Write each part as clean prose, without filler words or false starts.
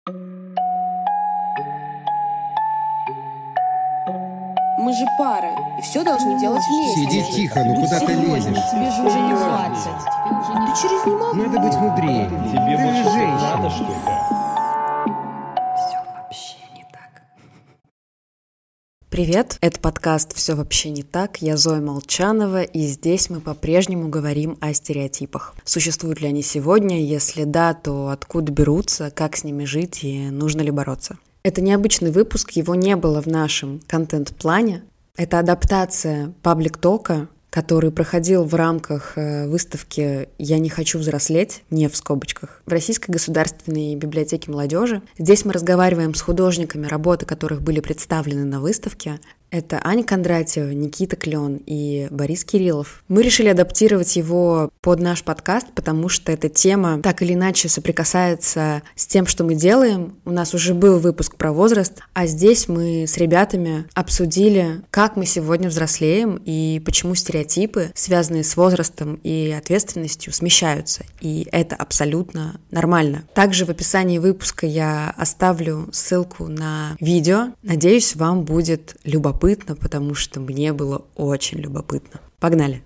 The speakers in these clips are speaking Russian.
Мы же пара, и все должны делать вместе. Сиди тихо, ну куда ты лезешь? Тебе же уже не 20. Ты через не могу. Надо быть мудрее. Тебе Ты больше же женщина. надо, что ли? Все вообще не так. Привет, это подкаст «Все вообще не так». Я Зоя Молчанова, и здесь мы по-прежнему говорим о стереотипах. Существуют ли они сегодня? Если да, то откуда берутся, как с ними жить и нужно ли бороться? Это необычный выпуск, его не было в нашем контент-плане. Это адаптация паблик-тока, который проходил в рамках выставки «Я не хочу взрослеть», не в скобочках, в Российской государственной библиотеке молодежи. Здесь мы разговариваем с художниками, работы которых были представлены на выставке. Это Аня Кондратьева, Никита Клен и Борис Кириллов. Мы решили адаптировать его под наш подкаст, потому что эта тема так или иначе соприкасается с тем, что мы делаем. У нас уже был выпуск про возраст, а здесь мы с ребятами обсудили, как мы сегодня взрослеем и почему стереотипы, связанные с возрастом и ответственностью, смещаются. И это абсолютно нормально. Также в описании выпуска я оставлю ссылку на видео. Надеюсь, вам будет любопытно, потому что мне было очень любопытно. Погнали!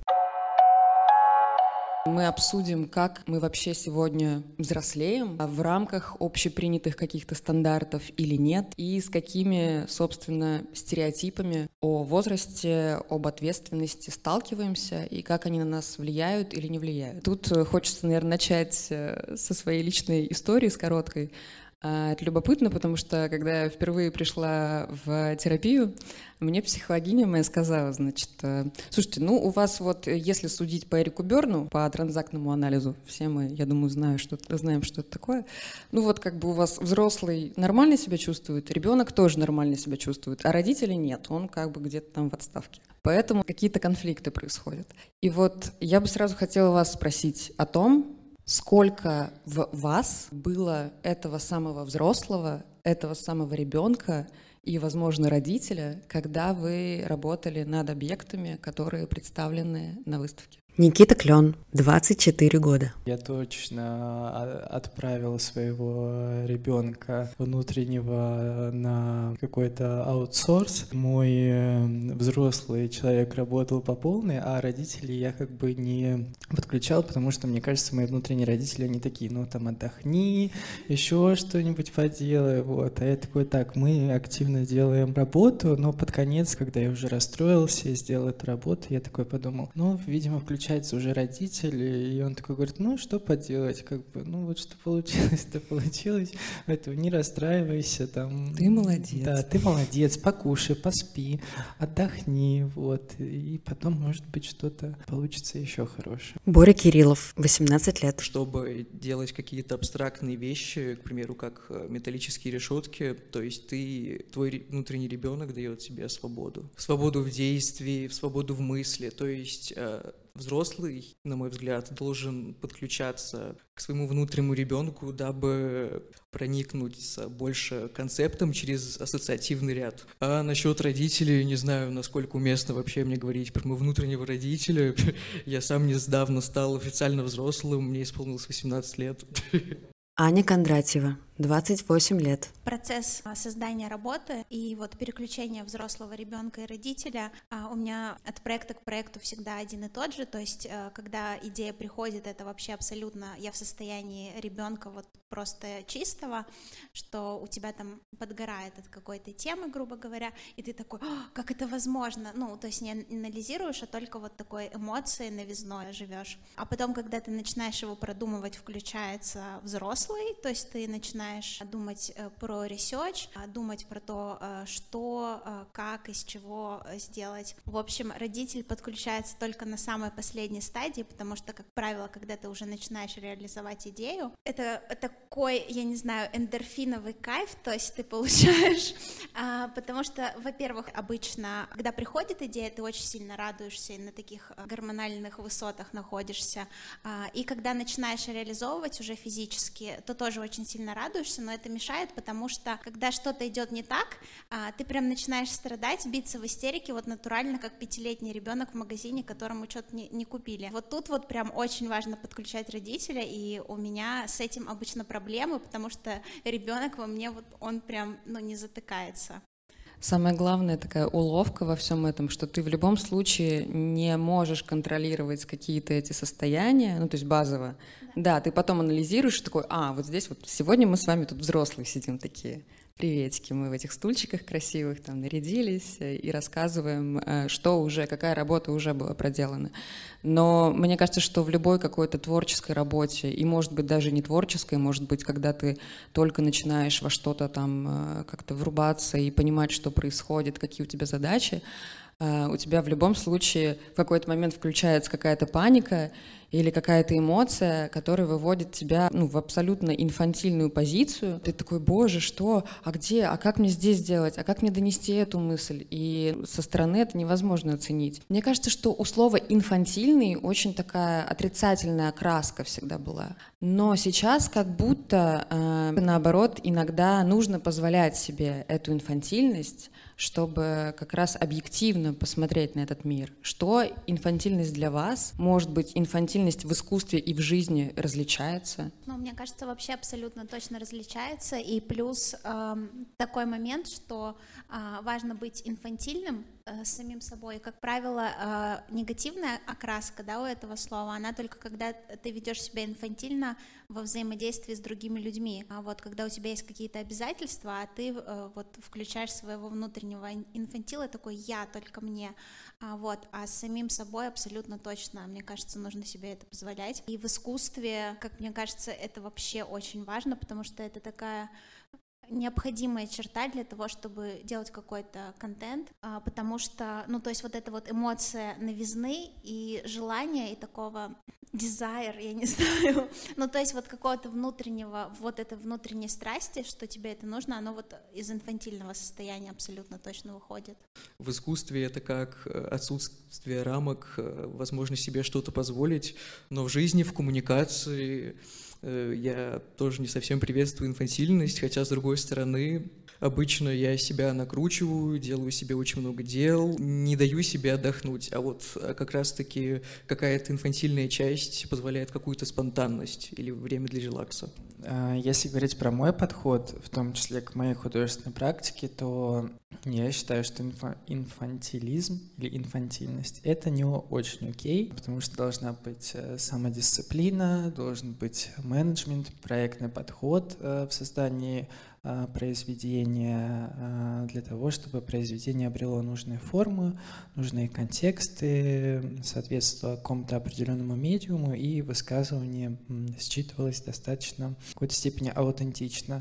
Мы обсудим, как мы вообще сегодня взрослеем, в рамках общепринятых каких-то стандартов или нет, и с какими, собственно, стереотипами о возрасте, об ответственности сталкиваемся, и как они на нас влияют или не влияют. Тут хочется, наверное, начать со своей личной истории, с короткой. Это любопытно, потому что, когда я впервые пришла в терапию, мне психологиня моя сказала, значит, слушайте, ну у вас вот, если судить по Эрику Берну, по транзактному анализу, все мы, я думаю, знаем, что это такое, ну вот как бы у вас взрослый нормально себя чувствует, ребенок тоже нормально себя чувствует, а родители нет, он как бы где-то там в отставке. Поэтому какие-то конфликты происходят. И вот я бы сразу хотела вас спросить о том, сколько в вас было этого самого взрослого, этого самого ребенка и, возможно, родителя, когда вы работали над объектами, которые представлены на выставке? Никита Клен, 24 года. Я точно отправил своего ребенка внутреннего на какой-то аутсорс. Мой взрослый человек работал по полной, а родителей я как бы не подключал, потому что, мне кажется, мои внутренние родители, они такие, ну там отдохни, еще что-нибудь поделай, вот. А я такой, так, мы активно делаем работу, но под конец, когда я уже расстроился, сделал эту работу, я такой подумал, ну, видимо, включается уже родитель, и он такой говорит, ну, что поделать, как бы, ну, вот что получилось, то получилось, поэтому не расстраивайся, там. Ты молодец. Да, ты молодец, покушай, поспи, отдохни, вот, и потом, может быть, что-то получится еще хорошее. Боря Кириллов, 18 лет. Чтобы делать какие-то абстрактные вещи, к примеру, как металлические решетки, то есть твой внутренний ребенок дает тебе свободу. Свободу в действии, свободу в мысли, то есть взрослый, на мой взгляд, должен подключаться к своему внутреннему ребенку, дабы проникнуться больше концептом через ассоциативный ряд. А насчет родителей, не знаю, насколько уместно вообще мне говорить про моего внутреннего родителя. Я сам недавно стал официально взрослым, мне исполнилось 18 лет. Аня Кондратьева, 28 лет. Процесс создания работы и вот переключения взрослого ребенка и родителя у меня от проекта к проекту всегда один и тот же, то есть когда идея приходит, это вообще абсолютно, я в состоянии ребенка вот просто чистого, что у тебя там подгорает от какой-то темы, грубо говоря, и ты такой, как это возможно, ну, то есть не анализируешь, а только вот такой эмоцией новизной живешь. А потом, когда ты начинаешь его продумывать, включается взрослый, то есть ты начинаешь думать про ресерч, думать про то, что, как, из чего сделать. В общем, родитель подключается только на самой последней стадии, потому что, как правило, когда ты уже начинаешь реализовать идею, это такой, я не знаю, эндорфиновый кайф, то есть ты получаешь, потому что, во-первых, обычно, когда приходит идея, ты очень сильно радуешься и на таких гормональных высотах находишься, и когда начинаешь реализовывать уже физически, то тоже очень сильно радуешься, радуешься, но это мешает, потому что когда что-то идет не так, ты прям начинаешь страдать, биться в истерике, вот натурально, как 5-летний ребенок в магазине, которому что-то не купили. Вот тут вот прям очень важно подключать родителя, и у меня с этим обычно проблемы, потому что ребенок во мне, вот он прям, не затыкается. Самая главная такая уловка во всем этом, что ты в любом случае не можешь контролировать какие-то эти состояния, то есть базово. Да, ты потом анализируешь, такой, вот здесь вот сегодня мы с вами тут взрослые сидим такие. Приветики, мы в этих стульчиках красивых там нарядились и рассказываем, какая работа уже была проделана. Но мне кажется, что в любой какой-то творческой работе, и может быть даже не творческой, может быть, когда ты только начинаешь во что-то там как-то врубаться и понимать, что происходит, какие у тебя задачи, у тебя в любом случае в какой-то момент включается какая-то паника или какая-то эмоция, которая выводит тебя в абсолютно инфантильную позицию. Ты такой, боже, что? А где? А как мне здесь сделать? А как мне донести эту мысль? И со стороны это невозможно оценить. Мне кажется, что у слова «инфантильный» очень такая отрицательная окраска всегда была. Но сейчас как будто, наоборот, иногда нужно позволять себе эту инфантильность, чтобы как раз объективно посмотреть на этот мир. Что инфантильность для вас? Может быть, инфантильность в искусстве и в жизни различается? Мне кажется, вообще абсолютно точно различается. И плюс такой момент, что важно быть инфантильным с самим собой. Как правило, негативная окраска, у этого слова, она только когда ты ведешь себя инфантильно во взаимодействии с другими людьми. А вот когда у тебя есть какие-то обязательства, а ты вот включаешь своего внутреннего инфантила, такой «я, только мне». А с самим собой абсолютно точно, мне кажется, нужно себе это позволять. И в искусстве, как мне кажется, это вообще очень важно, потому что это такая необходимая черта для того, чтобы делать какой-то контент, потому что, то есть вот эта вот эмоция новизны и желания, и такого desire, я не знаю, то есть вот какого-то внутреннего, вот этой внутренней страсти, что тебе это нужно, оно вот из инфантильного состояния абсолютно точно выходит. В искусстве это как отсутствие рамок, возможность себе что-то позволить, но в жизни, в коммуникации я тоже не совсем приветствую инфантильность, хотя, с другой стороны, обычно я себя накручиваю, делаю себе очень много дел, не даю себе отдохнуть, а вот как раз-таки какая-то инфантильная часть позволяет какую-то спонтанность или время для релакса. Если говорить про мой подход, в том числе к моей художественной практике, то я считаю, что инфантилизм или инфантильность — это не очень окей, потому что должна быть самодисциплина, должен быть менеджмент, проектный подход в создании произведения для того, чтобы произведение обрело нужные формы, нужные контексты, соответствовало какому-то определенному медиуму, и высказывание считывалось достаточно в какой-то степени аутентично.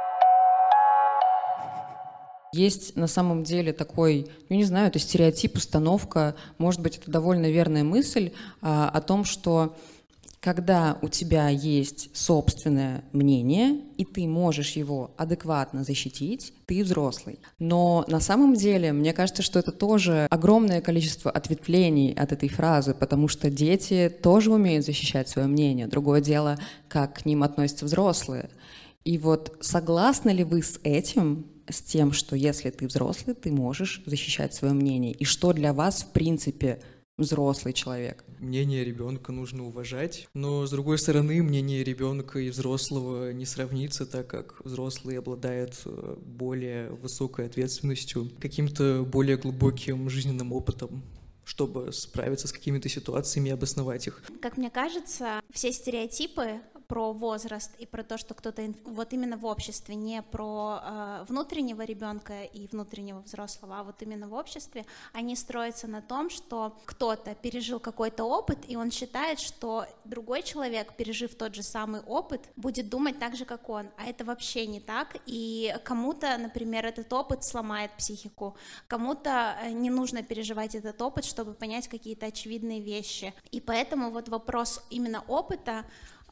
Есть на самом деле такой, не знаю, это стереотип, установка, может быть, это довольно верная мысль о том, что когда у тебя есть собственное мнение, и ты можешь его адекватно защитить, ты взрослый. Но на самом деле, мне кажется, что это тоже огромное количество ответвлений от этой фразы, потому что дети тоже умеют защищать свое мнение. Другое дело, как к ним относятся взрослые. И вот согласны ли вы с этим, с тем, что если ты взрослый, ты можешь защищать свое мнение? И что для вас, в принципе, взрослый человек? Мнение ребенка нужно уважать, но, с другой стороны, мнение ребенка и взрослого не сравнится, так как взрослый обладает более высокой ответственностью, каким-то более глубоким жизненным опытом, чтобы справиться с какими-то ситуациями и обосновать их. Как мне кажется, все стереотипы про возраст и про то, что кто-то вот именно в обществе, не про внутреннего ребенка и внутреннего взрослого, а вот именно в обществе, они строятся на том, что кто-то пережил какой-то опыт, и он считает, что другой человек, пережив тот же самый опыт, будет думать так же, как он, а это вообще не так, и кому-то, например, этот опыт сломает психику, кому-то не нужно переживать этот опыт, чтобы понять какие-то очевидные вещи, и поэтому вот вопрос именно опыта,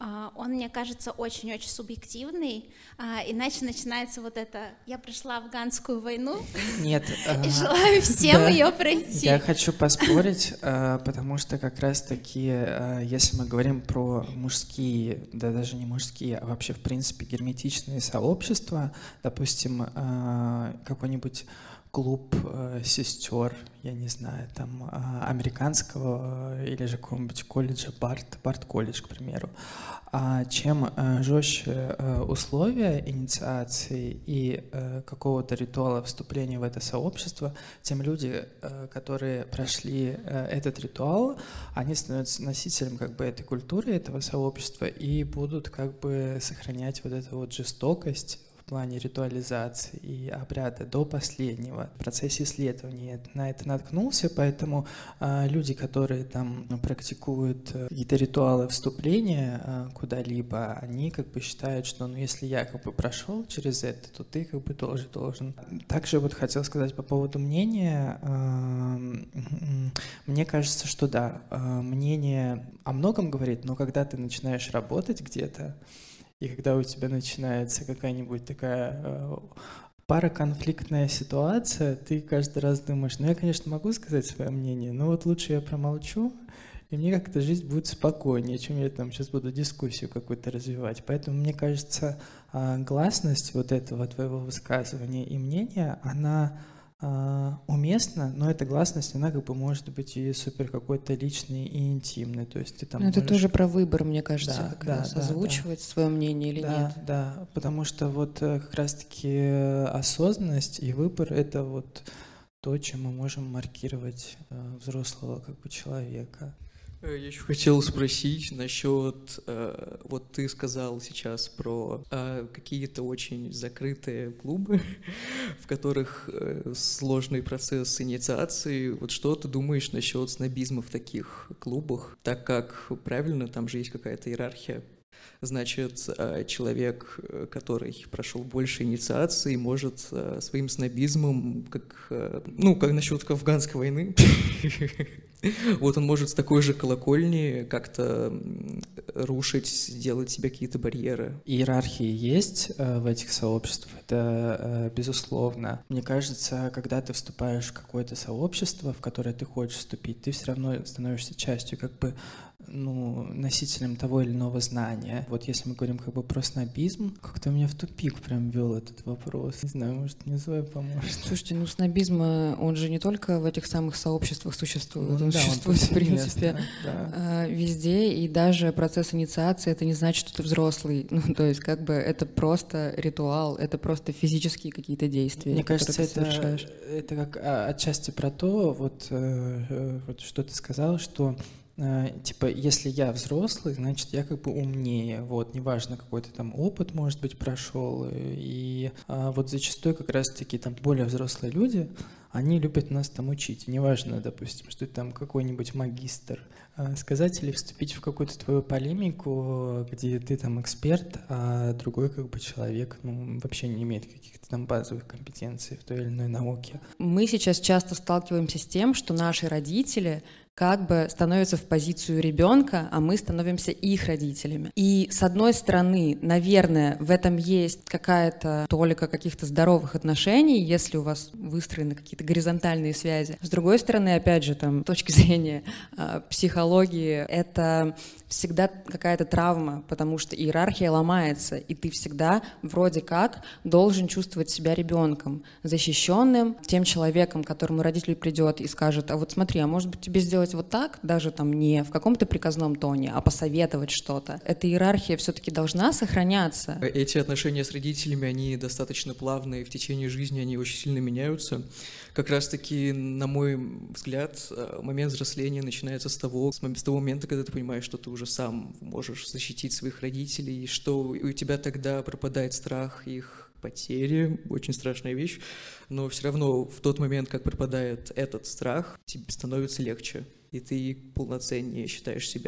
он, мне кажется, очень-очень субъективный, иначе начинается вот это «я прошла афганскую войну Нет. и желаю всем ее пройти». Я хочу поспорить, потому что как раз-таки, если мы говорим про мужские, да даже не мужские, а вообще, в принципе, герметичные сообщества, допустим, какой-нибудь клуб сестер, я не знаю, там, американского или же какого-нибудь колледжа, Барт-колледж, к примеру. Чем жестче условия инициации и какого-то ритуала вступления в это сообщество, тем люди, которые прошли этот ритуал, они становятся носителем как бы этой культуры, этого сообщества и будут как бы сохранять вот эту вот жестокость в плане ритуализации и обряда до последнего. В процессе исследований на это наткнулся, поэтому люди, которые там практикуют какие-то ритуалы вступления куда-либо, они как бы считают, что ну, если я как бы прошел через это, то ты как бы тоже должен. Также вот хотел сказать по поводу мнения. Мне кажется, что да, мнение о многом говорит, но когда ты начинаешь работать где-то, и когда у тебя начинается какая-нибудь такая параконфликтная ситуация, ты каждый раз думаешь, ну я, конечно, могу сказать свое мнение, но вот лучше я промолчу, и мне как-то жизнь будет спокойнее, чем я там сейчас буду дискуссию какую-то развивать. Поэтому, мне кажется, гласность вот этого твоего высказывания и мнения, она уместно, но эта гласность, она как бы может быть и супер какой-то личный и интимный, то есть ты там это можешь... тоже про выбор, мне кажется, Да, как да, раз да, озвучивать свое мнение или да, нет. Да, потому что вот как раз-таки осознанность и выбор — это вот то, чем мы можем маркировать взрослого как бы человека. Я еще хотел спросить насчет, вот ты сказал сейчас про какие-то очень закрытые клубы, в которых сложный процесс инициации. Вот что ты думаешь насчет снобизма в таких клубах, так как, правильно, там же есть какая-то иерархия. Значит, человек, который прошел больше инициаций, может своим снобизмом, как насчет афганской войны, вот он может с такой же колокольни как-то рушить, делать себе какие-то барьеры. Иерархии есть в этих сообществах, это безусловно. Мне кажется, когда ты вступаешь в какое-то сообщество, в которое ты хочешь вступить, ты все равно становишься частью как бы носителем того или иного знания. Вот если мы говорим как бы про снобизм, как-то меня в тупик прям вел этот вопрос. Не знаю, может, мне Зоя поможет. Слушайте, снобизм, он же не только в этих самых сообществах существует, он да, существует, в принципе, да. везде, и даже процесс инициации — это не значит, что ты взрослый. То есть как бы это просто ритуал, это просто физические какие-то действия. Мне кажется, ты совершаешь. это как отчасти про то, вот что ты сказал, что типа, если я взрослый, значит, я как бы умнее, вот, неважно, какой-то там опыт, может быть, прошел, и вот зачастую как раз-таки там более взрослые люди, они любят нас там учить, неважно, допустим, что ты там какой-нибудь магистр, сказать или вступить в какую-то твою полемику, где ты там эксперт, а другой как бы человек, вообще не имеет каких-то там базовых компетенций в той или иной науке. Мы сейчас часто сталкиваемся с тем, что наши родители как бы становятся в позицию ребенка, а мы становимся их родителями. И с одной стороны, наверное, в этом есть какая-то толика каких-то здоровых отношений, если у вас выстроены какие-то горизонтальные связи. С другой стороны, опять же, там, с точки зрения психологии, это всегда какая-то травма, потому что иерархия ломается, и ты всегда вроде как должен чувствовать себя ребенком, защищенным, тем человеком, к которому родитель придет и скажет: а вот смотри, а может быть тебе сделать вот так, даже там не в каком-то приказном тоне, а посоветовать что-то. Эта иерархия все-таки должна сохраняться. Эти отношения с родителями, они достаточно плавные, в течение жизни они очень сильно меняются. Как раз-таки, на мой взгляд, момент взросления начинается с того момента, когда ты понимаешь, что ты уже сам можешь защитить своих родителей, что у тебя тогда пропадает страх их потери, очень страшная вещь, но все равно в тот момент, как пропадает этот страх, тебе становится легче, и ты полноценнее считаешь себя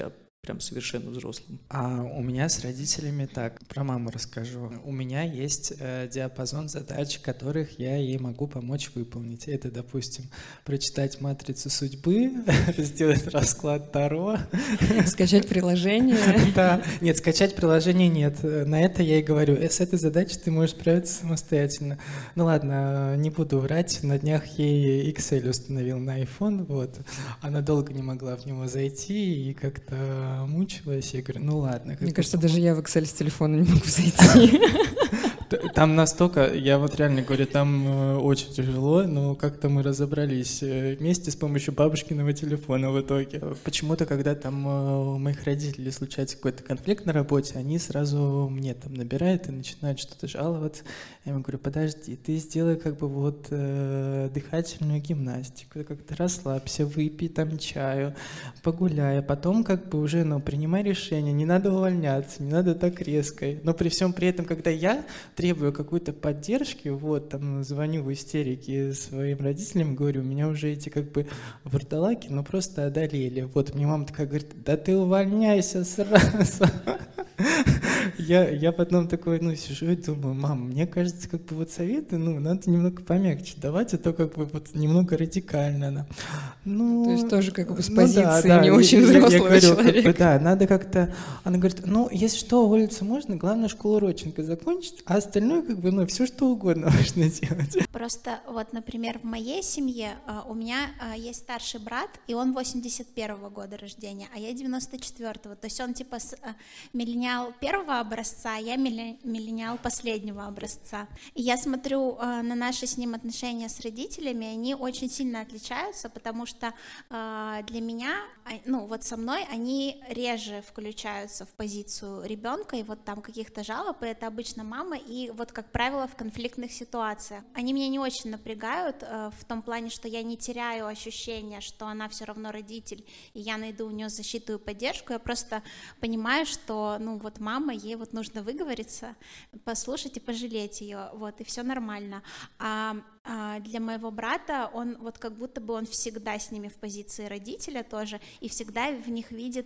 прям совершенно взрослым. А у меня с родителями так, про маму расскажу. У меня есть диапазон задач, которых я ей могу помочь выполнить. Это, допустим, прочитать «Матрицу судьбы», сделать расклад Таро. Скачать приложение. Да, нет, скачать приложение нет. На это я и говорю, с этой задачей ты можешь справиться самостоятельно. Ну ладно, не буду врать, на днях ей Excel установил на iPhone, вот. Она долго не могла в него зайти и как-то мучилась. Я говорю, ну ладно. Мне кажется, даже я в Excel с телефона не могу зайти. Там настолько, я вот реально говорю, там очень тяжело, но как-то мы разобрались вместе с помощью бабушкиного телефона в итоге. Почему-то, когда там у моих родителей случается какой-то конфликт на работе, они сразу мне там набирают и начинают что-то жаловаться. Я им говорю, подожди, ты сделай как бы вот дыхательную гимнастику, как-то расслабься, выпей там чаю, погуляй, а потом как бы уже, принимай решение, не надо увольняться, не надо так резко. Но при всем при этом, когда я требую какой-то поддержки, вот, там, звоню в истерике своим родителям, говорю, у меня уже эти, как бы, вурдалаки, просто одолели. Вот, мне мама такая говорит, да ты увольняйся сразу. Я потом такой, сижу и думаю, мам, мне кажется, как бы вот советы, надо немного помягче давать, а то как бы вот немного радикально она. То есть тоже как бы с позиции не очень взрослого человека. Как бы, да, надо как-то, она говорит, если что, уволиться можно, главное школу Родченко закончить, а остальное как бы, все что угодно можно делать. Просто вот, например, в моей семье у меня есть старший брат, и он 81-го года рождения, а я 94-го, то есть он типа миллениал первого образца, а я миллениал последнего образца. И я смотрю на наши с ним отношения с родителями, они очень сильно отличаются, потому что для меня, вот со мной они реже включаются в позицию ребенка, и вот там каких-то жалоб, и это обычно мама, и вот, как правило, в конфликтных ситуациях. Они меня не очень напрягают в том плане, что я не теряю ощущение, что она все равно родитель, и я найду у нее защиту и поддержку, я просто понимаю, что, вот мама, ей вот нужно выговориться, послушать и пожалеть ее, вот, и все нормально. А для моего брата он вот как будто бы он всегда с ними в позиции родителя тоже, и всегда в них видит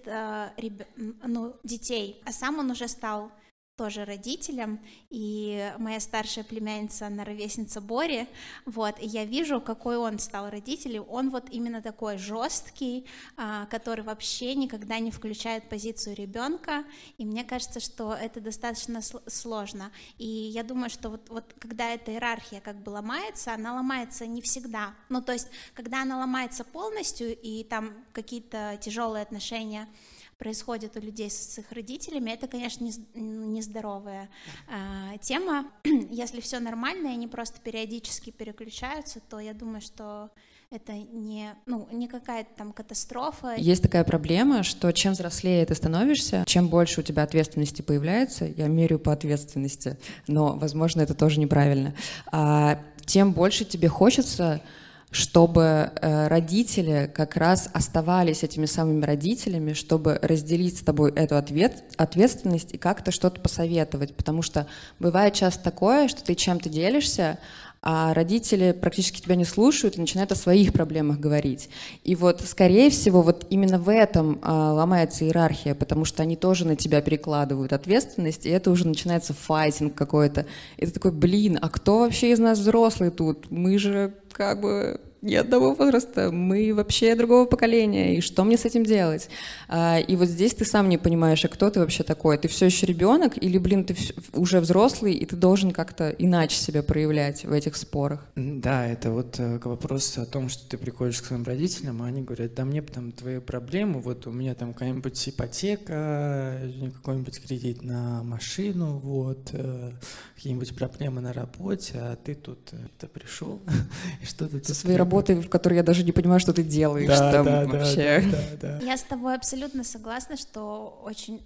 детей, а сам он уже стал тоже родителям, и моя старшая племянница, она ровесница Бори, вот, и я вижу, какой он стал родителем, он вот именно такой жесткий, который вообще никогда не включает позицию ребенка, и мне кажется, что это достаточно сложно, и я думаю, что вот когда эта иерархия как бы ломается, она ломается не всегда, то есть, когда она ломается полностью, и там какие-то тяжелые отношения происходит у людей с их родителями, это, конечно, нездоровая тема. Если все нормально, и они просто периодически переключаются, то я думаю, что это не какая-то там катастрофа. Есть такая проблема, что чем взрослее ты становишься, чем больше у тебя ответственности появляется, я меряю по ответственности, но, возможно, это тоже неправильно, тем больше тебе хочется, чтобы родители как раз оставались этими самыми родителями, чтобы разделить с тобой эту ответственность и как-то что-то посоветовать, потому что бывает часто такое, что ты чем-то делишься, а родители практически тебя не слушают и начинают о своих проблемах говорить. И вот, скорее всего, вот именно в этом ломается иерархия, потому что они тоже на тебя перекладывают ответственность, и это уже начинается файтинг какой-то. И ты такой, а кто вообще из нас взрослый тут? Мы же как бы не одного возраста, мы вообще другого поколения, и что мне с этим делать? И вот здесь ты сам не понимаешь, а кто ты вообще такой? Ты все еще ребенок или, ты уже взрослый, и ты должен как-то иначе себя проявлять в этих спорах? Да, это вот к вопросу о том, что ты приходишь к своим родителям, а они говорят, да мне там твои проблемы, вот у меня там какая-нибудь ипотека, какой-нибудь кредит на машину, вот, какие-нибудь проблемы на работе, а ты тут пришел и что-то... Со своей работой, в которой я даже не понимаю, что ты делаешь там вообще. Да. Я с тобой абсолютно согласна, что очень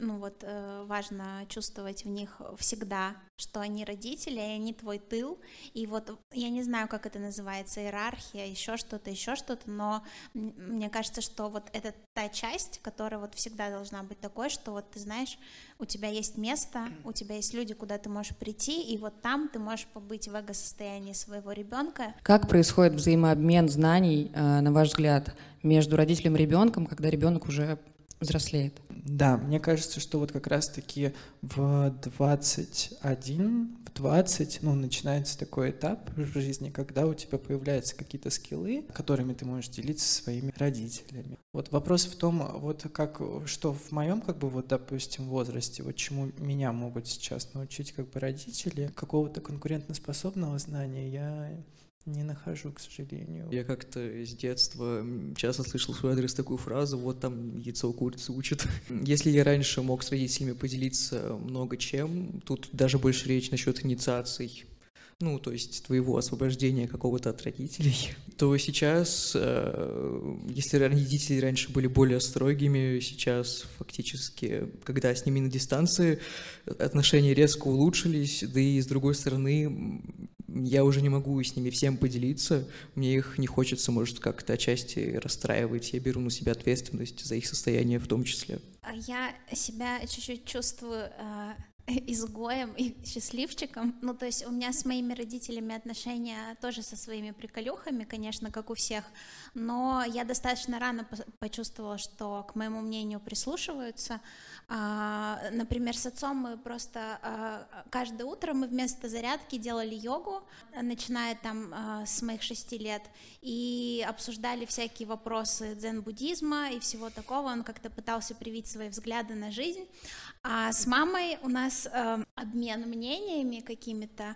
важно чувствовать в них всегда, что они родители, и они твой тыл, и вот я не знаю, как это называется, иерархия, еще что-то, но мне кажется, что вот это та часть, которая вот всегда должна быть такой, что вот ты знаешь, у тебя есть место, у тебя есть люди, куда ты можешь прийти, и вот там ты можешь побыть в эго-состоянии своего ребенка. Как происходит взаимообмен знаний, на ваш взгляд, между родителем и ребенком, когда ребенок уже взрослеет. Да, мне кажется, что вот как раз-таки в 21, в 20, начинается такой этап в жизни, когда у тебя появляются какие-то скиллы, которыми ты можешь делиться со своими родителями. Вот вопрос в том, вот что в моем, допустим, возрасте, вот чему меня могут сейчас научить родители, какого-то конкурентоспособного знания я не нахожу, к сожалению. Я как-то с детства часто слышал в свой адрес такую фразу: вот там яйцо курицы учат. Если я раньше мог с родителями поделиться много чем, тут даже больше речь насчет инициаций, то есть твоего освобождения какого-то от родителей, то сейчас, если родители раньше были более строгими, сейчас фактически, когда с ними на дистанции, отношения резко улучшились, да и с другой стороны, я уже не могу с ними всем поделиться, мне их не хочется, может, как-то отчасти расстраивать, я беру на себя ответственность за их состояние в том числе. Я себя чуть-чуть чувствую изгоем и счастливчиком. То есть у меня с моими родителями отношения тоже со своими приколюхами, конечно, как у всех, но я достаточно рано почувствовала, что к моему мнению прислушиваются. Например, с отцом мы просто каждое утро мы вместо зарядки делали йогу, начиная там с моих 6 лет, и обсуждали всякие вопросы дзен-буддизма и всего такого. Он как-то пытался привить свои взгляды на жизнь. А с мамой у нас обмен мнениями какими-то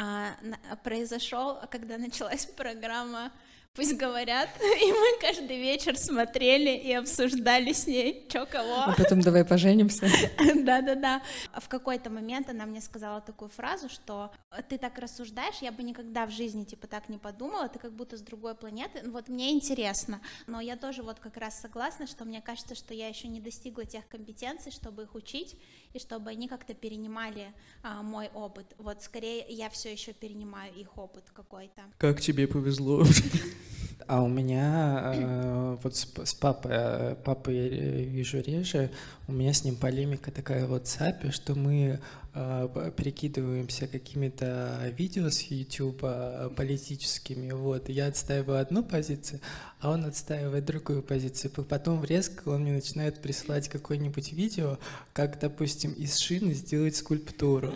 произошел, когда началась программа «Пусть говорят», и мы каждый вечер смотрели и обсуждали с ней, чё кого. А потом давай поженимся. Да-да-да. В какой-то момент она мне сказала такую фразу, что ты так рассуждаешь, я бы никогда в жизни так не подумала, ты как будто с другой планеты. Вот мне интересно, но я тоже как раз согласна, что мне кажется, что я еще не достигла тех компетенций, чтобы их учить, и чтобы они как-то перенимали мой опыт. Вот скорее я все еще перенимаю их опыт какой-то. Как тебе повезло. А у меня вот с папой я вижу реже, у меня с ним полемика такая в WhatsApp, что мы перекидываемся какими-то видео с YouTube политическими, я отстаиваю одну позицию, а он отстаивает другую позицию. Потом резко он мне начинает присылать какое-нибудь видео, как, допустим, из шины сделать скульптуру.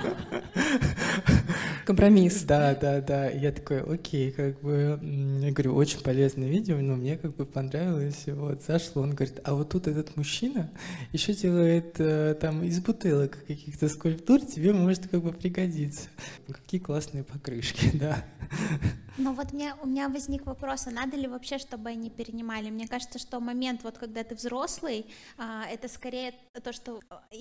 Компромисс. Да. Я такой, окей, я говорю, очень полезное видео, но мне понравилось, зашло. Он говорит, а вот тут этот мужчина еще делает там из бутылок каких-то скульптур, тебе может пригодиться. Какие классные покрышки, да. Но у меня возник вопрос, а надо ли вообще, чтобы они перенимали? Мне кажется, что момент, когда ты взрослый, это скорее то, что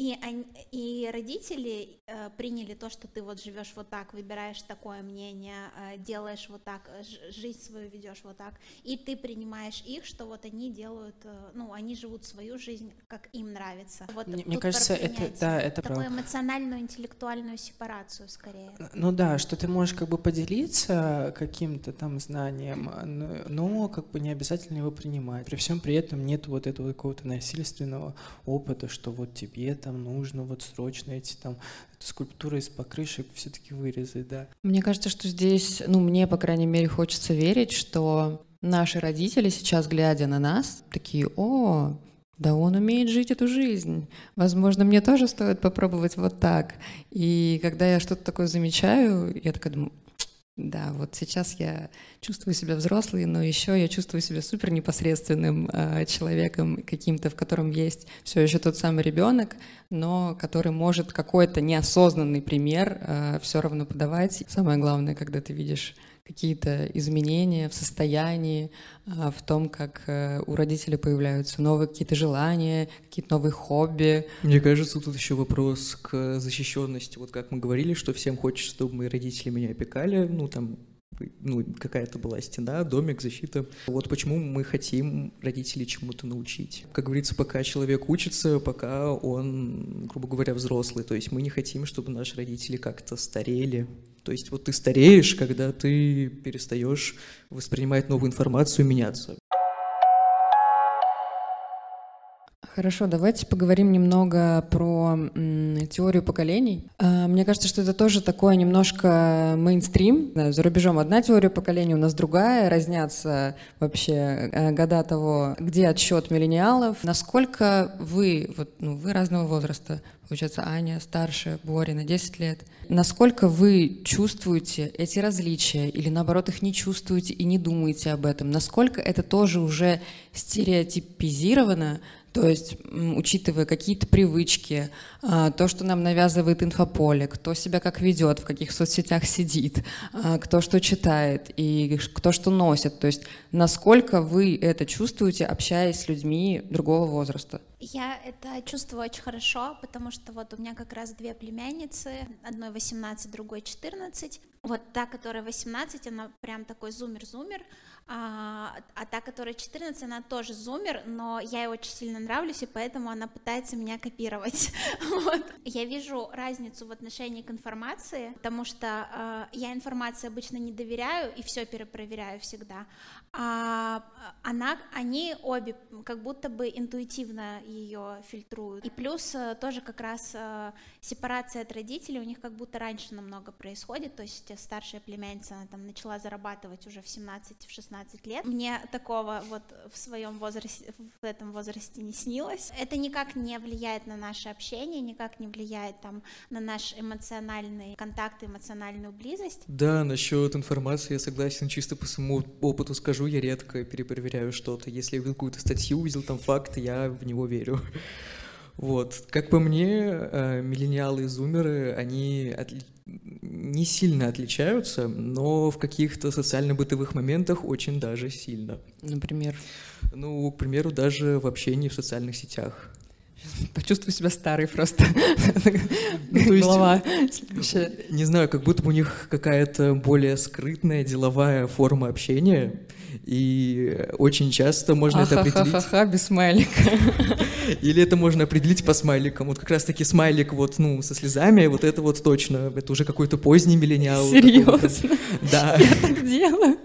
и родители приняли то, что ты живешь так, выбираешь такое мнение, делаешь так, жизнь свою ведешь так, и ты принимаешь их, что они делают, они живут свою жизнь, как им нравится. Мне кажется, это такую эмоциональную, интеллектуальную сепарацию скорее. Что ты можешь поделиться каким-то там знанием, но не обязательно его принимать. При всем при этом нет этого какого-то насильственного опыта, что тебе там нужно срочно эти там скульптуры из покрышек все-таки вырезать, да. Мне кажется, что здесь, мне, по крайней мере, хочется верить, что наши родители сейчас, глядя на нас, такие: о, да он умеет жить эту жизнь. Возможно, мне тоже стоит попробовать так. И когда я что-то такое замечаю, я такая думаю: да, сейчас я чувствую себя взрослой, но еще я чувствую себя супер непосредственным человеком каким-то, в котором есть все еще тот самый ребенок, но который может какой-то неосознанный пример все равно подавать. Самое главное, когда ты видишь какие-то изменения в состоянии, в том, как у родителей появляются новые какие-то желания, какие-то новые хобби. Мне кажется, тут еще вопрос к защищенности. Как мы говорили, что всем хочется, чтобы мои родители меня опекали, какая-то была стена, домик, защита. Почему мы хотим родителей чему-то научить. Как говорится, пока человек учится, пока он, грубо говоря, взрослый. То есть мы не хотим, чтобы наши родители как-то старели. То есть ты стареешь, когда ты перестаешь воспринимать новую информацию и меняться. Хорошо, давайте поговорим немного про теорию поколений. Мне кажется, что это тоже такое немножко мейнстрим. За рубежом одна теория поколений, у нас другая. Разнятся вообще года того, где отсчет миллениалов. Насколько вы, вы разного возраста, получается, Аня старше Бори на 10 лет. Насколько вы чувствуете эти различия или, наоборот, их не чувствуете и не думаете об этом? Насколько это тоже уже стереотипизировано? То есть, учитывая какие-то привычки, то, что нам навязывает инфополе, кто себя как ведет, в каких соцсетях сидит, кто что читает и кто что носит. То есть, насколько вы это чувствуете, общаясь с людьми другого возраста? Я это чувствую очень хорошо, потому что вот у меня как раз две племянницы, одной 18, другой 14. Вот та, которая 18, она прям такой зумер-зумер, а та, которая 14, она тоже зумер, но я ей очень сильно нравлюсь, и поэтому она пытается меня копировать. Вот. Я вижу разницу в отношении к информации, потому что я информации обычно не доверяю и все перепроверяю всегда, они обе как будто бы интуитивно ее фильтруют. И плюс тоже как раз сепарация от родителей у них как будто раньше намного происходит, то есть старшая племянница, она там начала зарабатывать уже в 17-16 лет. Мне такого вот в своем возрасте, в этом возрасте не снилось. Это никак не влияет на наше общение, никак не влияет там на наш эмоциональный контакт, эмоциональную близость. Да, насчет информации я согласен, чисто по своему опыту скажу, я редко перепроверяю что-то. Если я увидел какую-то статью, увидел там факт, я в него верю. Вот. Как по мне, миллениалы и зумеры, они не сильно отличаются, но в каких-то социально-бытовых моментах очень даже сильно. Например? Ну, к примеру, даже в общении в социальных сетях. Почувствую себя старой просто. Голова. Не знаю, как будто бы у них какая-то более скрытная деловая форма общения, и очень часто можно это определить... Ха-ха-ха, без смайлика. Или это можно определить по смайликам. Вот как раз-таки смайлик вот, со слезами, вот это вот точно, это уже какой-то поздний миллениал. Серьезно? Да. Я так делаю.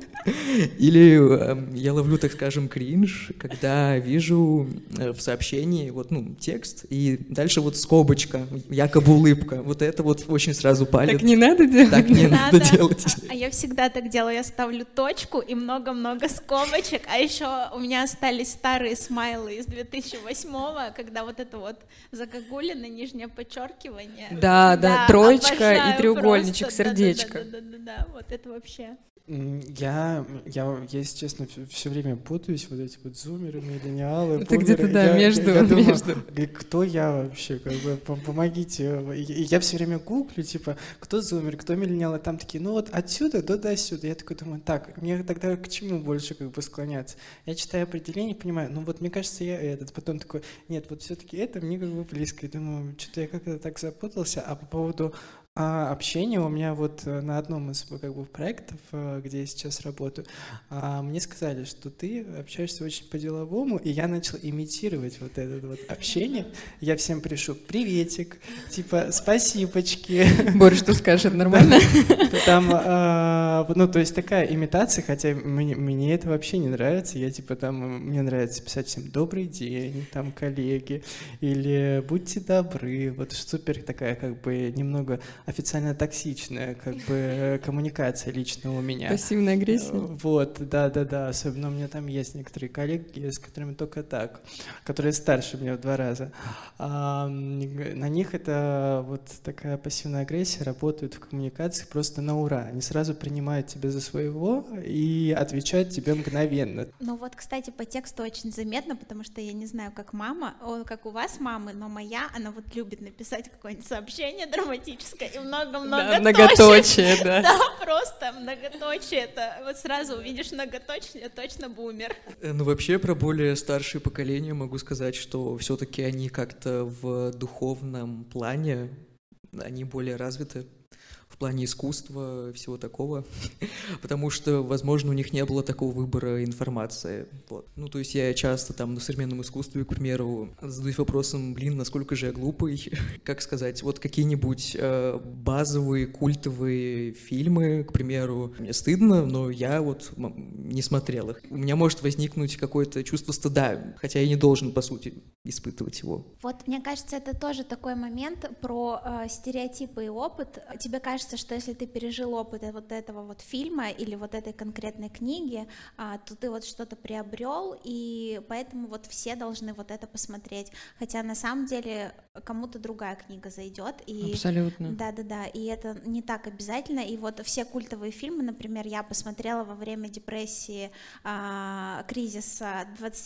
Или я ловлю, так скажем, кринж, когда вижу в сообщении текст, и дальше вот скобочка, якобы улыбка. Вот это вот очень сразу палит. Так не надо делать? Так не надо делать. А я всегда так делаю, я ставлю точку и много-много скобочек, а еще у меня остались старые смайлы из 2008-го, когда вот это вот загогулина, нижнее подчеркивание. Да, троечка и треугольничек, сердечко. Да, вот это вообще... Я, если честно, все время путаюсь, вот эти вот зумеры, миллениалы. Ты где-то, да, между. Кто я вообще, как бы, помогите. Я все время гуглю, типа, кто зумер, кто миллениал, и там такие, отсюда до сюда. Я такой думаю, так, мне тогда к чему больше как бы склоняться? Я читаю определение, понимаю, мне кажется, я этот. Потом такой, нет, вот все-таки это мне как бы близко. И думаю, что-то я как-то так запутался. А по поводу общение у меня вот на одном из как бы проектов, где я сейчас работаю, мне сказали, что ты общаешься очень по-деловому, и я начал имитировать вот это вот общение. Я всем пишу приветик, типа спасибочки. Боря, что скажешь, это нормально? Там, то есть такая имитация, хотя мне это вообще не нравится. Я типа там, мне нравится писать всем добрый день, там коллеги, или будьте добры. Вот супер такая как бы немного официально токсичная как бы коммуникация лично у меня. Пассивная агрессия. Вот, да. Особенно у меня там есть некоторые коллеги, с которыми только так, которые старше меня в 2 раза. На них это вот такая пассивная агрессия работает в коммуникациях просто на ура. Они сразу принимают тебя за своего и отвечают тебе мгновенно. Ну вот, кстати, по тексту очень заметно, потому что я не знаю, как как у вас мамы, но моя, она вот любит написать какое-нибудь сообщение драматическое и много-много многоточие, да. Да, просто многоточие. Это вот сразу увидишь многоточие, точно бумер. Ну, вообще, про более старшее поколение могу сказать, что все-таки они как-то в духовном плане, они более развиты. В плане искусства, всего такого, потому что, возможно, у них не было такого выбора информации. Вот. Ну, то есть я часто там на современном искусстве, к примеру, задаюсь вопросом, насколько же я глупый, как сказать, вот какие-нибудь базовые культовые фильмы, к примеру, мне стыдно, но я вот не смотрел их. У меня может возникнуть какое-то чувство стыда, хотя я не должен, по сути, испытывать его. Вот, мне кажется, это тоже такой момент про стереотипы и опыт. Тебе кажется, что если ты пережил опыт вот этого вот фильма или вот этой конкретной книги, то ты вот что-то приобрел, и поэтому вот все должны вот это посмотреть. Хотя на самом деле кому-то другая книга зайдет. И... Абсолютно. Да, и это не так обязательно. И вот все культовые фильмы, например, я посмотрела во время депрессии, кризиса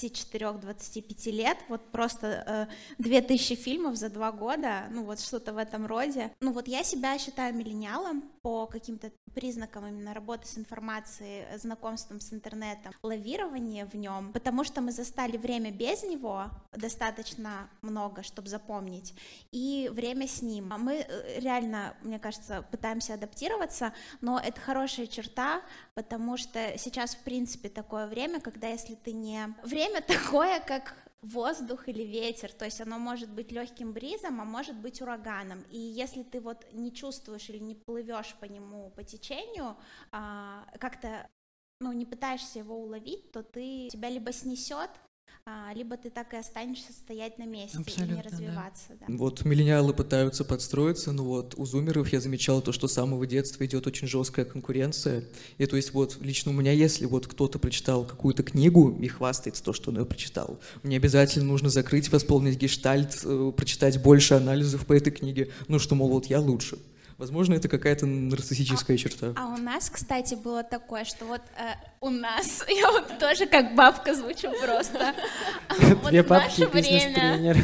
24-25 лет, вот просто 2000 фильмов за 2 года, ну вот что-то в этом роде. Ну вот я себя считаю миллениалом по каким-то признакам именно работы с информацией, знакомством с интернетом, лавирование в нем, потому что мы застали время без него достаточно много, чтобы запомнить, и время с ним. Мы реально, мне кажется, пытаемся адаптироваться, но это хорошая черта, потому что сейчас, в принципе, такое время, когда если ты не... Время такое, как воздух или ветер, то есть оно может быть легким бризом, а может быть ураганом, и если ты вот не чувствуешь или не плывешь по нему, по течению, как-то, ну, не пытаешься его уловить, то тебя либо снесет, либо ты так и останешься стоять на месте. Абсолютно, и не развиваться. Да. Да. Вот миллениалы пытаются подстроиться, но вот у зумеров я замечал то, что с самого детства идет очень жесткая конкуренция. И то есть вот лично у меня, если вот кто-то прочитал какую-то книгу и хвастается то, что он ее прочитал, мне обязательно нужно закрыть, восполнить гештальт, прочитать больше анализов по этой книге, ну что, мол, вот я лучше. Возможно, это какая-то нарциссическая черта. А у нас, кстати, было такое, что вот у нас, я вот тоже как бабка звучу просто. Две бабки, бизнес-тренер.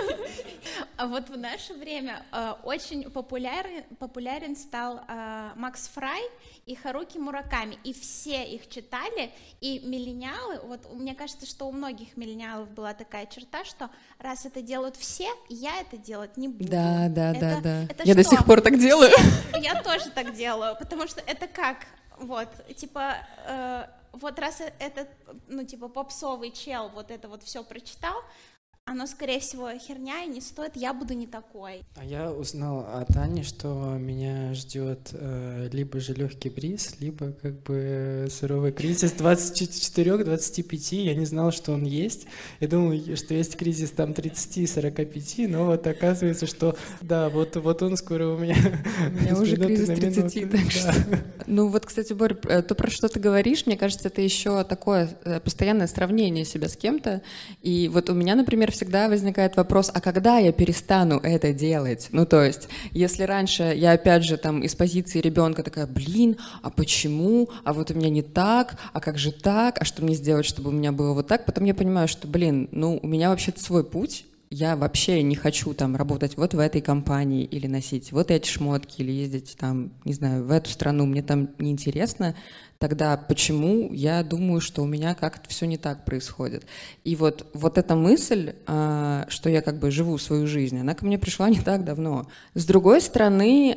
А вот в наше время очень популярен стал Макс Фрай и Харуки Мураками, и все их читали, и миллениалы, вот мне кажется, что у многих миллениалов была такая черта, что раз это делают все, я это делать не буду. Да. Это я до сих пор так делаю. Я тоже так делаю, потому что это как, вот, типа... Вот раз этот, ну, типа, попсовый чел вот это вот все прочитал, оно, скорее всего, херня и не стоит, я буду не такой. А я узнал от Ани, что меня ждет либо же легкий бриз, либо как бы суровый кризис 24-25. Я не знал, что он есть. Я думал, что есть кризис там 30-45, но вот оказывается, что да, вот он скоро у меня. У меня уже кризис 30, так что... Ну вот, кстати, Борь, то, про что ты говоришь, мне кажется, это еще такое постоянное сравнение себя с кем-то. И вот у меня, например, всегда возникает вопрос, а когда я перестану это делать? Ну, то есть, если раньше я, опять же, там, из позиции ребенка такая, а почему? А вот у меня не так, а как же так? А что мне сделать, чтобы у меня было вот так? Потом я понимаю, что, ну, у меня вообще-то свой путь, я вообще не хочу там работать вот в этой компании или носить вот эти шмотки или ездить там, не знаю, в эту страну, мне там неинтересно. Тогда почему я думаю, что у меня как-то все не так происходит? И вот эта мысль, что я как бы живу свою жизнь, она ко мне пришла не так давно. С другой стороны,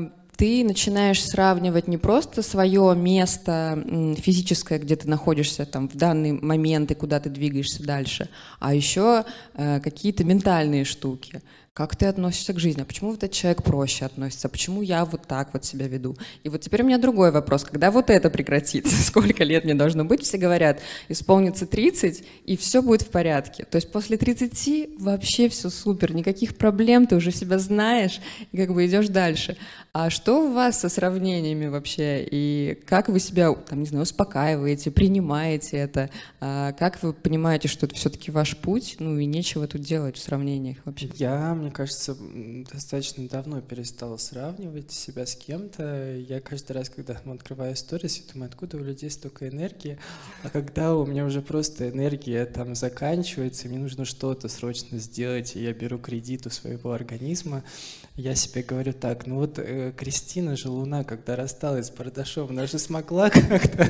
ты начинаешь сравнивать не просто свое место физическое, где ты находишься там в данный момент и куда ты двигаешься дальше, а еще какие-то ментальные штуки. Как ты относишься к жизни? А почему вот этот человек проще относится? А почему я вот так вот себя веду? И вот теперь у меня другой вопрос. Когда вот это прекратится? Сколько лет мне должно быть? Все говорят, исполнится 30, и все будет в порядке. То есть после 30 вообще все супер, никаких проблем, ты уже себя знаешь, и как бы идешь дальше. А что у вас со сравнениями вообще? И как вы себя, там, не знаю, успокаиваете, принимаете это? Как вы понимаете, что это все-таки ваш путь? Ну и нечего тут делать в сравнениях вообще. Мне кажется, достаточно давно перестал сравнивать себя с кем-то. Я каждый раз, когда открываю сторис, я думаю, откуда у людей столько энергии, а когда у меня уже просто энергия там заканчивается, мне нужно что-то срочно сделать, и я беру кредит у своего организма, я себе говорю так, ну вот Кристина же Луна, когда рассталась с Бардашовым, она же смогла как-то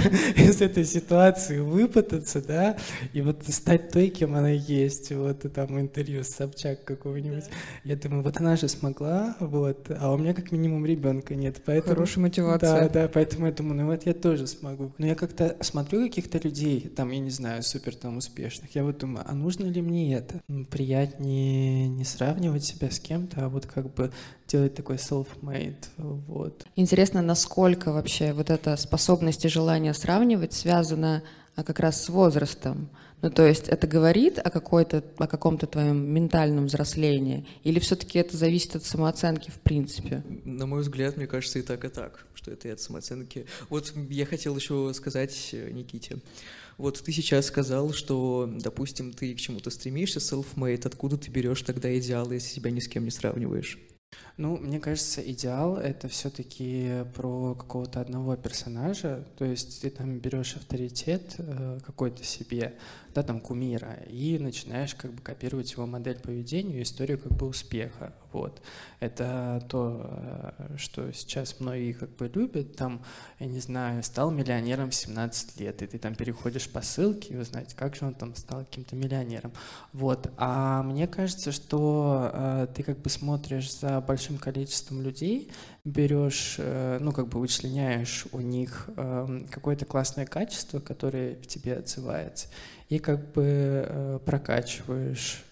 из этой ситуации выпутаться, да, и вот стать той, кем она есть, вот и там интервью с Собчак какого-нибудь сравнивать. Я думаю, вот она же смогла, вот, а у меня как минимум ребенка нет, поэтому... Хорошая мотивация. Да, поэтому я думаю, ну вот я тоже смогу. Но я как-то смотрю каких-то людей, там, я не знаю, супер там успешных, я вот думаю, а нужно ли мне это? Приятнее не сравнивать себя с кем-то, а вот как бы делать такой self-made, вот. Интересно, насколько вообще вот эта способность и желание сравнивать связано как раз с возрастом. Ну, то есть это говорит о каком-то твоем ментальном взрослении, или все-таки это зависит от самооценки в принципе? На мой взгляд, мне кажется, и так, что это и от самооценки. Вот я хотел еще сказать Никите. Вот ты сейчас сказал, что, допустим, ты к чему-то стремишься, self-made, откуда ты берешь тогда идеалы, если себя ни с кем не сравниваешь? Ну, мне кажется, идеал — это все-таки про какого-то одного персонажа, то есть ты там берешь авторитет какой-то себе, да, там кумира, и начинаешь как бы копировать его модель поведения, историю как бы успеха, вот. Это то, что сейчас многие как бы любят, там, я не знаю, стал миллионером в 17 лет, и ты там переходишь по ссылке и узнать, как же он там стал каким-то миллионером, вот. А мне кажется, что ты как бы смотришь за большим количеством людей, берешь, ну, как бы вычленяешь у них какое-то классное качество, которое в тебе отзывается, и как бы прокачиваешь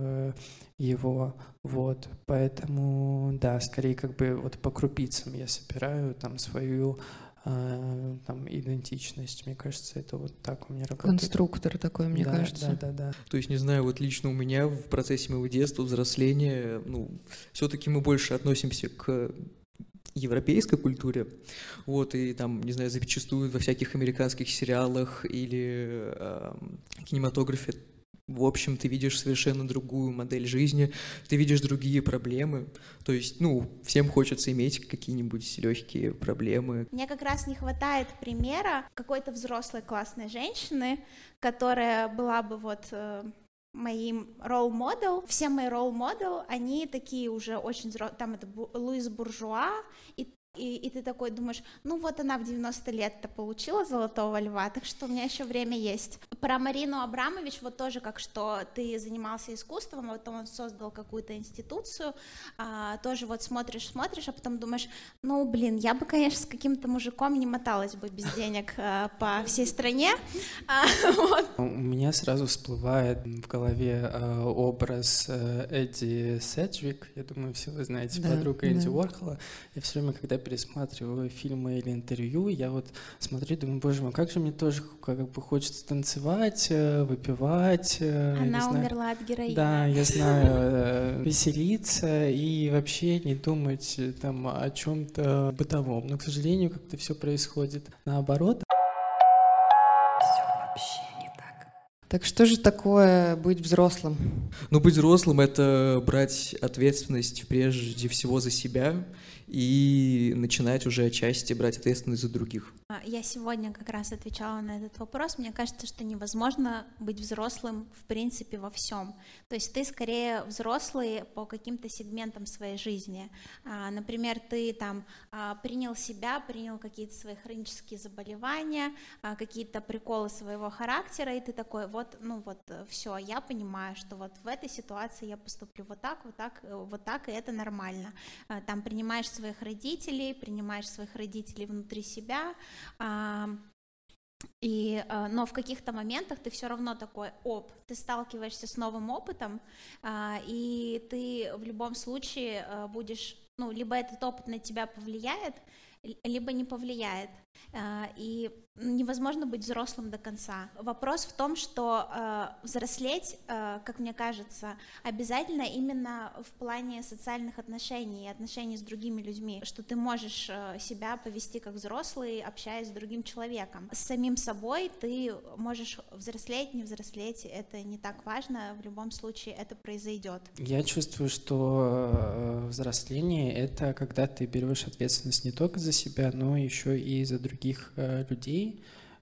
его, вот, поэтому, да, скорее как бы вот по крупицам я собираю там свою там идентичность, мне кажется, это вот так у меня работает. Конструктор такой, мне кажется. Да. То есть, не знаю, вот лично у меня в процессе моего детства, взросления, ну, все-таки мы больше относимся к европейской культуре, вот, и там, не знаю, зачастую во всяких американских сериалах или кинематографе, в общем, ты видишь совершенно другую модель жизни, ты видишь другие проблемы, то есть, ну, всем хочется иметь какие-нибудь легкие проблемы. Мне как раз не хватает примера какой-то взрослой классной женщины, которая была бы вот моим ролл-модел. Все мои ролл-модел, они такие уже очень взрослые, там это Луиз Буржуа, и ты такой думаешь, ну вот она в 90 лет-то получила «Золотого льва», так что у меня еще время есть. Про Марину Абрамович вот тоже как что ты занимался искусством, а потом он создал какую-то институцию, тоже вот смотришь, а потом думаешь, ну блин, я бы, конечно, с каким-то мужиком не моталась бы без денег по всей стране. Вот. У меня сразу всплывает в голове образ Эдди Седжвик, я думаю, все вы знаете, подруга Энди Уорхола. Я все время, когда пересматриваю фильмы или интервью, я вот смотрю, думаю, боже мой, как же мне тоже как бы хочется танцевать, выпивать. Она умерла от героина. Да, я знаю, веселиться и вообще не думать там о чем-то бытовом. Но, к сожалению, как-то все происходит наоборот. Так что же такое быть взрослым? Ну, быть взрослым — это брать ответственность прежде всего за себя и начинать уже отчасти брать ответственность за других. Я сегодня как раз отвечала на этот вопрос. Мне кажется, что невозможно быть взрослым в принципе во всем. То есть ты скорее взрослый по каким-то сегментам своей жизни. Например, ты там принял себя, принял какие-то свои хронические заболевания, какие-то приколы своего характера, и ты такой, вот, ну вот, все, я понимаю, что вот в этой ситуации я поступлю вот так, и это нормально. Там принимаешь своих родителей внутри себя, но в каких-то моментах ты все равно такой, ты сталкиваешься с новым опытом, и ты в любом случае будешь, ну, либо этот опыт на тебя повлияет, либо не повлияет, и невозможно быть взрослым до конца. Вопрос в том, что взрослеть, как мне кажется, обязательно именно в плане социальных отношений и отношений с другими людьми, что ты можешь себя повести как взрослый, общаясь с другим человеком. С самим собой ты можешь взрослеть, не взрослеть, это не так важно, в любом случае это произойдет. Я чувствую, что взросление — это когда ты берешь ответственность не только за себя, но еще и за других людей,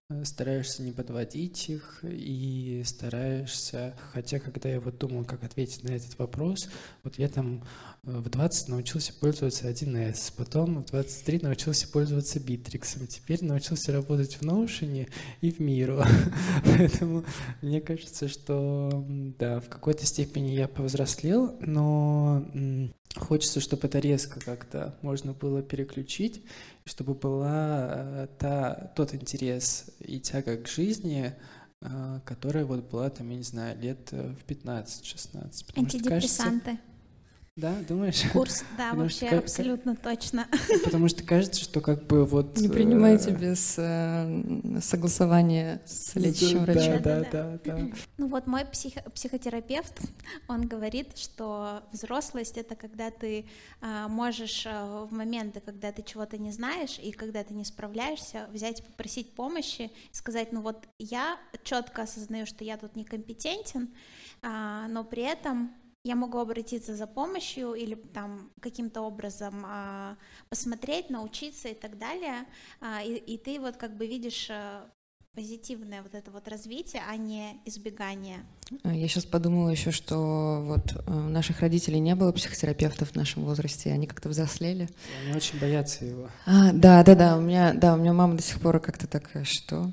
стараешься не подводить их и стараешься... Хотя, когда я вот думал, как ответить на этот вопрос, вот я там в 20 научился пользоваться 1С, потом в 23 научился пользоваться Битриксом, теперь научился работать в Notion и в Miro. Поэтому мне кажется, что да, в какой-то степени я повзрослел, но хочется, чтобы это резко как-то можно было переключить, чтобы была тот интерес и тяга к жизни, которая вот была там, я не знаю, лет в 15-16. Антидепрессанты. Да, думаешь? Курс, да, вообще абсолютно точно. Потому что кажется, что как бы вот... Не принимайте без согласования с лечащим врачом. Да. Ну вот мой психотерапевт, он говорит, что взрослость — это когда ты можешь в моменты, когда ты чего-то не знаешь и когда ты не справляешься, взять и попросить помощи, и сказать, ну вот я четко осознаю, что я тут некомпетентен, но при этом я могу обратиться за помощью или там каким-то образом посмотреть, научиться и так далее, и ты вот как бы видишь позитивное вот это вот развитие, а не избегание. Я сейчас подумала еще, что вот у наших родителей не было психотерапевтов в нашем возрасте, они как-то взрослели. Они очень боятся его. Да, у меня мама до сих пор как-то такая, что...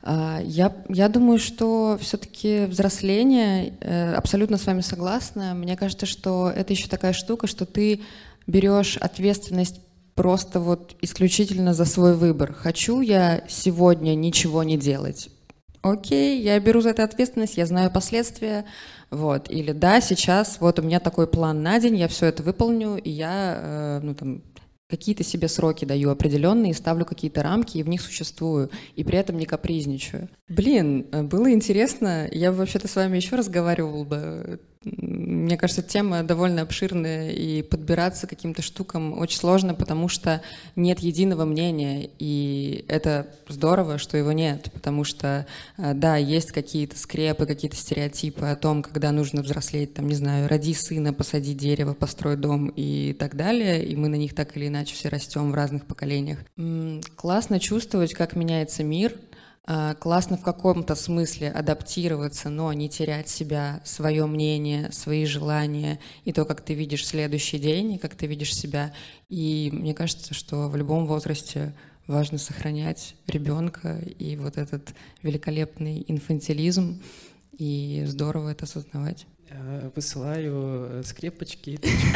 Я думаю, что все-таки взросление, абсолютно с вами согласна. Мне кажется, что это еще такая штука, что ты берешь ответственность просто вот исключительно за свой выбор. Хочу я сегодня ничего не делать? Окей, я беру за это ответственность, я знаю последствия, вот. Или да, сейчас вот у меня такой план на день, я все это выполню, и я, какие-то себе сроки даю определенные, ставлю какие-то рамки и в них существую, и при этом не капризничаю. Блин, было интересно, я бы вообще-то с вами еще разговаривала бы. Мне кажется, тема довольно обширная, и подбираться к каким-то штукам очень сложно, потому что нет единого мнения, и это здорово, что его нет, потому что, да, есть какие-то скрепы, какие-то стереотипы о том, когда нужно взрослеть, там, не знаю, роди сына, посади дерево, построй дом и так далее, и мы на них так или иначе все растем в разных поколениях. Классно чувствовать, как меняется мир, классно в каком-то смысле адаптироваться, но не терять себя, свое мнение, свои желания и то, как ты видишь следующий день, и как ты видишь себя. И мне кажется, что в любом возрасте важно сохранять ребенка и вот этот великолепный инфантилизм, и здорово это осознавать. Высылаю скрепочки.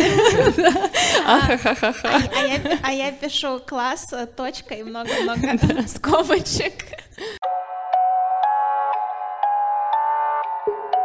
А я пишу класс, точка и много-много скобочек.